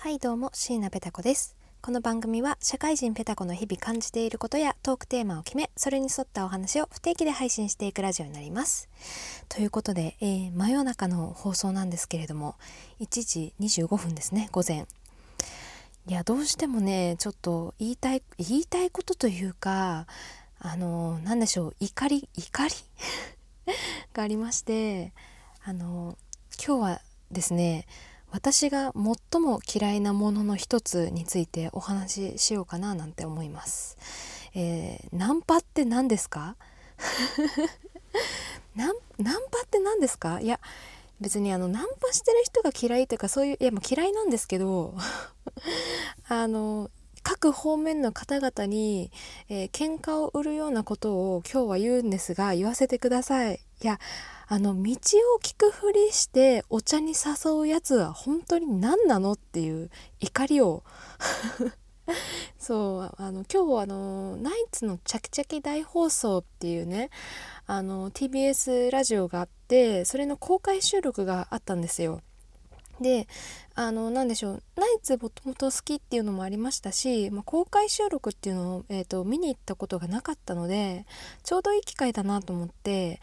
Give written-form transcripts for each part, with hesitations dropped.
はいどうも、椎名ペタ子です。この番組は社会人ペタ子の日々感じていることやトークテーマを決め、それに沿ったお話を不定期で配信していくラジオになります。ということで、真夜中の放送なんですけれども、1時25分ですね、午前。いや、どうしてもね、ちょっと言いたいことというか、なんでしょう、怒りがありまして、今日はですね、私が最も嫌いなものの一つについてお話ししようかななんて思います。ナンパって何ですか？ナンパって何ですか？いや、別にナンパしてる人が嫌いというか、そういう、いや、嫌いなんですけど各方面の方々に、喧嘩を売るようなことを今日は言うんですが、言わせてください。いや、道を聞くふりしてお茶に誘うやつは本当に何なのっていう怒りをそう今日ナイツのチャキチャキ大放送っていうね、TBS ラジオがあって、それの公開収録があったんですよ。で、なんでしょう、ナイツもともと好きっていうのもありましたし、公開収録っていうのを、見に行ったことがなかったので、ちょうどいい機会だなと思って、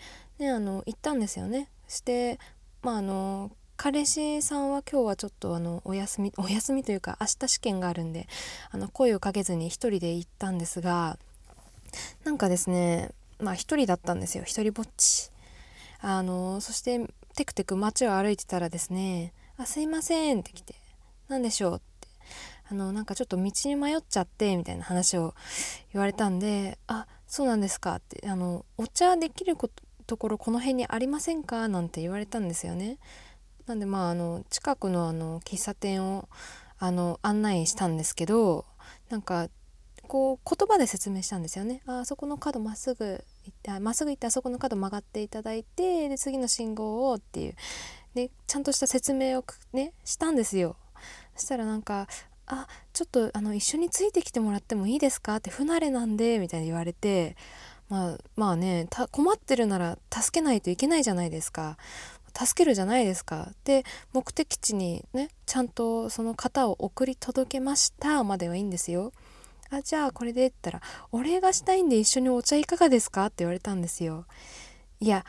ね、行ったんですよね。して、彼氏さんは今日はちょっとお休みというか、明日試験があるんで声をかけずに一人で行ったんですが、なんかですね、一人だったんですよ。一人ぼっち。そしてテクテク街を歩いてたらですね、すいませんって来て、なんでしょうって、なんかちょっと道に迷っちゃってみたいな話を言われたんで、そうなんですかって、お茶できるところこの辺にありませんかなんて言われたんですよね。なんで近くの喫茶店を案内したんですけど、なんかこう言葉で説明したんですよね。そこの角まっすぐ行ってあそこの角曲がっていただいて、で次の信号をっていうでちゃんとした説明をねしたんですよ。そしたらなんかちょっと一緒についてきてもらってもいいですかって不慣れなんでみたいに言われて、困ってるなら助けないといけないじゃないですか。助けるじゃないですか。で、目的地にねちゃんとその方を送り届けましたまではいいんですよ。じゃあこれでって言ったら、お礼がしたいんで一緒にお茶いかがですかって言われたんですよ。いや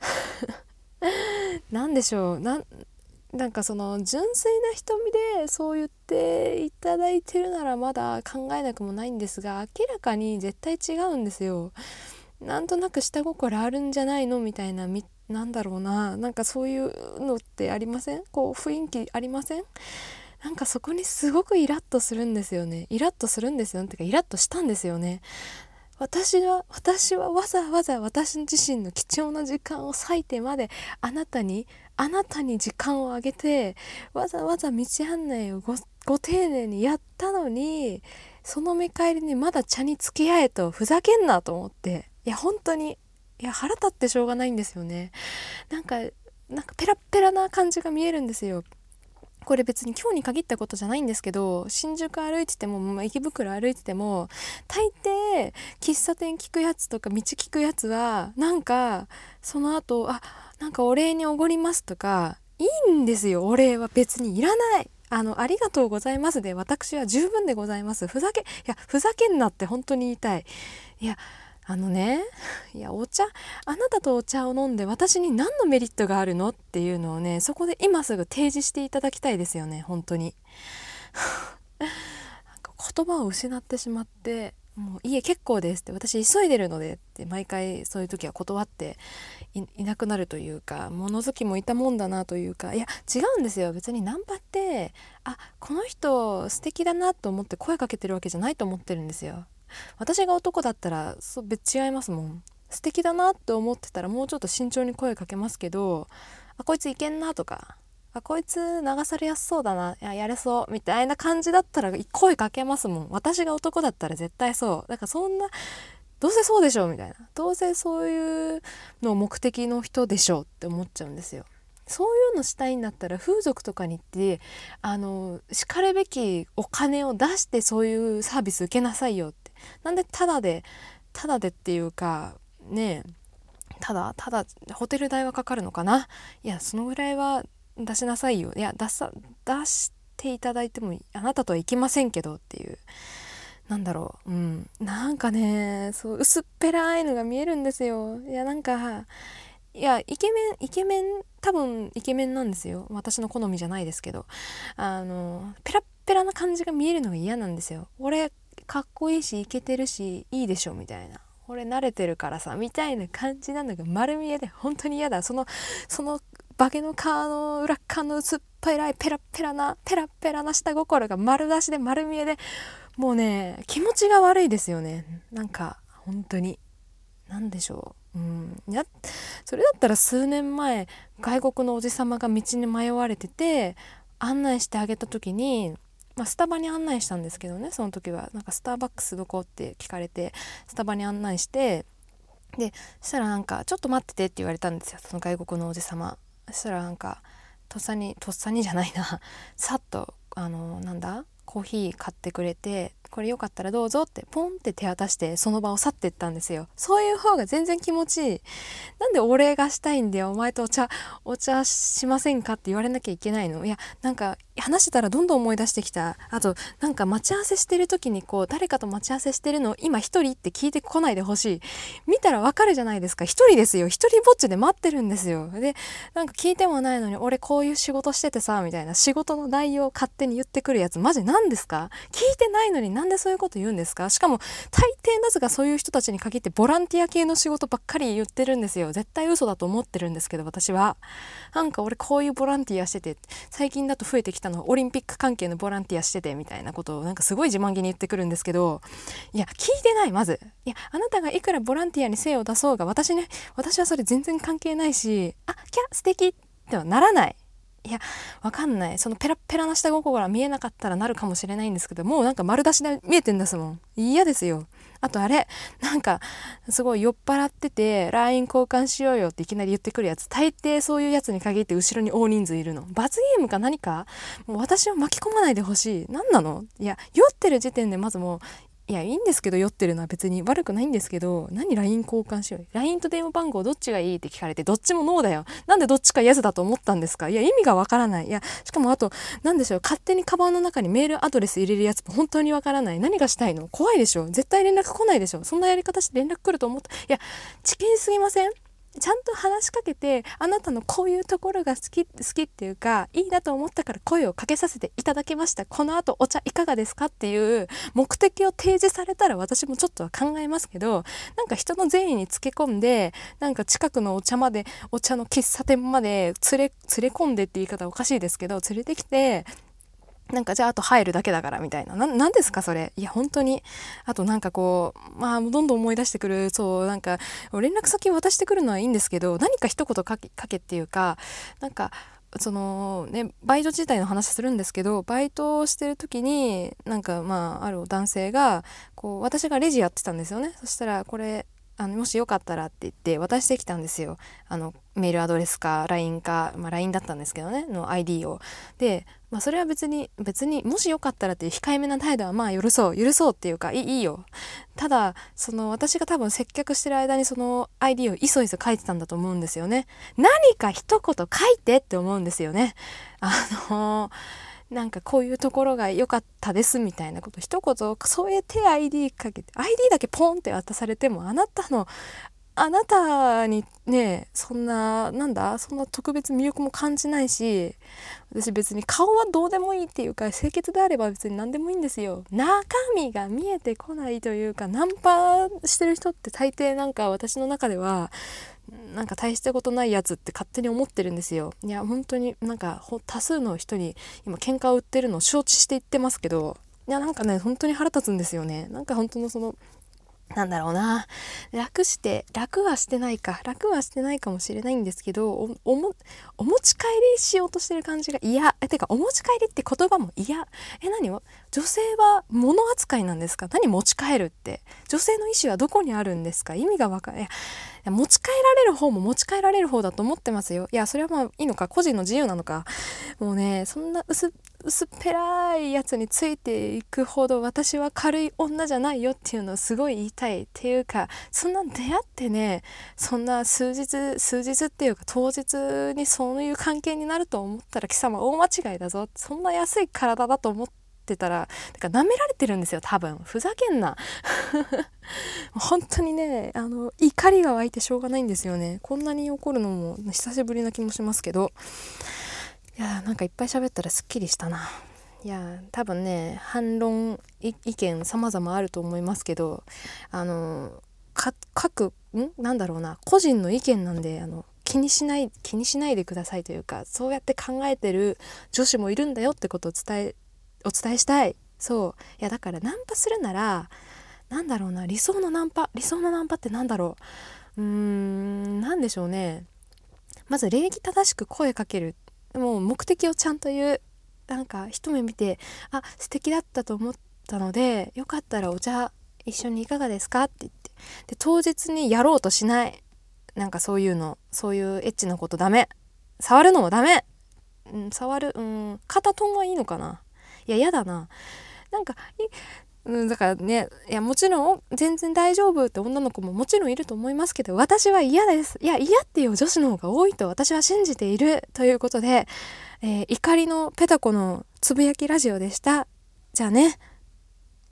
なんでしょう、なんかその純粋な瞳でそう言っていただいてるならまだ考えなくもないんですが、明らかに絶対違うんですよ。なんとなく下心あるんじゃないのみたいな、なんだろうな、なんかそういうのってありません？こう雰囲気ありません？なんかそこにすごくイラッとするんですよね。イラッとするんですよね。てかイラッとしたんですよね。私はわざわざ私自身の貴重な時間を割いてまであなたに時間をあげて、わざわざ道案内をご丁寧にやったのに、その見返りにまだ茶に付き合えと、ふざけんなと思って、いや本当に、いや腹立ってしょうがないんですよね。なんかペラッペラな感じが見えるんですよ。これ別に今日に限ったことじゃないんですけど、新宿歩いてても、池袋歩いてても、大抵喫茶店聞くやつとか道聞くやつはなんかその後なんかお礼におごりますとか、いいんですよ。お礼は別にいらない。ありがとうございますで私は十分でございます。ふざけんなって本当に言いたい。いやいやあなたとお茶を飲んで私に何のメリットがあるのっていうのをね、そこで今すぐ提示していただきたいですよね、本当に。なんか言葉を失ってしまって、もういいえ結構ですって、私急いでるのでって毎回そういう時は断っていなくなるというか、物好きもいたもんだなというか、いや違うんですよ。別にナンパってこの人素敵だなと思って声かけてるわけじゃないと思ってるんですよ。私が男だったら別違いますもん。素敵だなって思ってたらもうちょっと慎重に声かけますけど、こいついけんなとか、こいつ流されやすそうだな、やれそうみたいな感じだったら声かけますもん。私が男だったら絶対そう。だからそんな、どうせそうでしょみたいな、どうせそういうの目的の人でしょって思っちゃうんですよ。そういうのしたいんだったら風俗とかに行ってしかるべきお金を出してそういうサービス受けなさいよって。なんでただでっていうかね、ただホテル代はかかるのかな。いやそのぐらいは出しなさいよ。いや出しっていただいてもあなたとはいけませんけどっていう、なんだろう、なんかね、そう薄っぺらいのが見えるんですよ。いやなんか、いやイケメン多分イケメンなんですよ。私の好みじゃないですけど、ペラッペラな感じが見えるのが嫌なんですよ。俺かっこいいしイケてるしいいでしょみたいな、俺慣れてるからさみたいな感じなのが丸見えで本当に嫌だ。その化けの皮の裏側の薄っぺらいペラッペラな下心が丸出しで丸見えで、もうね気持ちが悪いですよね。なんか本当になんでしょう、それだったら数年前外国のおじさまが道に迷われてて案内してあげた時に、スタバに案内したんですけどね、その時はなんかスターバックスどこって聞かれてスタバに案内して、でそしたらなんかちょっと待っててって言われたんですよ、その外国のおじさま。そしたらなんかとっさにじゃないなさっとなんだコーヒー買ってくれて、これよかったらどうぞってポンって手渡してその場を去っていったんですよ。そういう方が全然気持ちいい。なんでお礼がしたいんだよ、お前とお茶しませんかって言われなきゃいけないの。いやなんか話してたらどんどん思い出してきた。あとなんか待ち合わせしてる時に誰かと待ち合わせしてるの今一人って聞いてこないでほしい。見たらわかるじゃないですか、一人ですよ、一人ぼっちで待ってるんですよ。でなんか聞いてもないのに俺こういう仕事しててさみたいな仕事の内容を勝手に言ってくるやつマジなんですか。聞いてないのになんでそういうこと言うんですか。しかも大抵なぜかそういう人たちに限ってボランティア系の仕事ばっかり言ってるんですよ。絶対嘘だと思ってるんですけど、私はなんか俺こういうボランティアしてて、最近だと増えてきたのはオリンピック関係のボランティアしててみたいなことをなんかすごい自慢げに言ってくるんですけど、いや聞いてない。まずいやあなたがいくらボランティアに精を出そうが私はそれ全然関係ないし、キャ素敵ってはならない。いやわかんない、そのペラッペラな下心が見えなかったらなるかもしれないんですけど、もうなんか丸出しで見えてんですもん。嫌ですよ。あとあれなんかすごい酔っ払ってて LINE 交換しようよっていきなり言ってくるやつ、大抵そういうやつに限って後ろに大人数いるの。罰ゲームか何か、もう私を巻き込まないでほしい。何なの。いや酔ってる時点でまずもういやいいんですけど、酔ってるのは別に悪くないんですけど、何 LINE 交換しよう。 LINE と電話番号どっちがいいって聞かれてどっちもノーだよ。なんでどっちかイエスだと思ったんですか。いや意味がわからない。いやしかもあとなんでしょう、勝手にカバンの中にメールアドレス入れるやつも本当にわからない。何がしたいの。怖いでしょ。絶対連絡来ないでしょ。そんなやり方して連絡来ると思った。いやチキンすぎません。ちゃんと話しかけて、あなたのこういうところが好きっていうかいいなと思ったから声をかけさせていただきました、この後お茶いかがですかっていう目的を提示されたら私もちょっとは考えますけど、なんか人の善意につけ込んで、なんか近くのお茶の喫茶店まで連れ込んでって言い方おかしいですけど連れてきて、なんかじゃああと入るだけだからみたいな、なんですかそれ。いや本当に。あとなんかどんどん思い出してくる。そうなんか連絡先渡してくるのはいいんですけど、何か一言かけっていうか、なんかそのねバイト自体の話するんですけど、バイトをしてる時になんかある男性が私がレジやってたんですよね。そしたらこれもしよかったらって言って渡してきたんですよ。メールアドレスか LINE か、LINE だったんですけどねの ID を。で、それは別にもしよかったらっていう控えめな態度は許そうっていうかいいよ。ただ私が多分接客してる間にその ID をいそ書いてたんだと思うんですよね。何か一言書いてって思うんですよね。なんかこういうところが良かったですみたいなこと一言そうやって ID かけて ID だけポンって渡されてもあなたにねそんな特別魅力も感じないし、私別に顔はどうでもいいっていうか清潔であれば別に何でもいいんですよ。中身が見えてこないというか、ナンパしてる人って大抵なんか私の中ではなんか大したことないやつって勝手に思ってるんですよ。いや本当になんか多数の人に今喧嘩を売ってるのを承知して言ってますけど、いやなんかね本当に腹立つんですよね。なんか本当のなんだろうな、楽はしてないかもしれないんですけど、お持ち帰りしようとしてる感じが嫌。てかお持ち帰りって言葉も嫌。何を女性は物扱いなんですか。何持ち帰るって。女性の意思はどこにあるんですか。意味がわかんない。 持ち帰られる方も持ち帰られる方だと思ってますよ。いやそれはまあいいのか、個人の自由なのか。もうね、そんな薄っぺらいやつについていくほど私は軽い女じゃないよっていうのをすごい言いたいっていうか、そんな出会ってね、そんな数日っていうか当日にそういう関係になると思ったら貴様大間違いだぞ。そんな安い体だと思ってたら、てか舐められてるんですよ多分。ふざけんな本当にね、怒りが湧いてしょうがないんですよね。こんなに怒るのも久しぶりな気もしますけど、いやなんかいっぱい喋ったらすっきりしたな。いや多分ね、反論意見様々あると思いますけど、なんだろうな、個人の意見なんで、気にしないでくださいというか、そうやって考えてる女子もいるんだよってことをお伝えしたい。そういやだからナンパするなら、なんだろうな、理想のナンパってなんだろう、なんでしょうね。まず礼儀正しく声かける。もう目的をちゃんと言う。なんか一目見て、あ、素敵だったと思ったのでよかったらお茶一緒にいかがですかって言って、で当日にやろうとしない。なんかそういうエッチなことダメ。触るのもダメ。肩トンはいいのかな。いややだな。なんかだからね、いやもちろん全然大丈夫って女の子ももちろんいると思いますけど、私は嫌です。いや嫌っていう女子の方が多いと私は信じているということで、怒りのペタコのつぶやきラジオでした。じゃあね。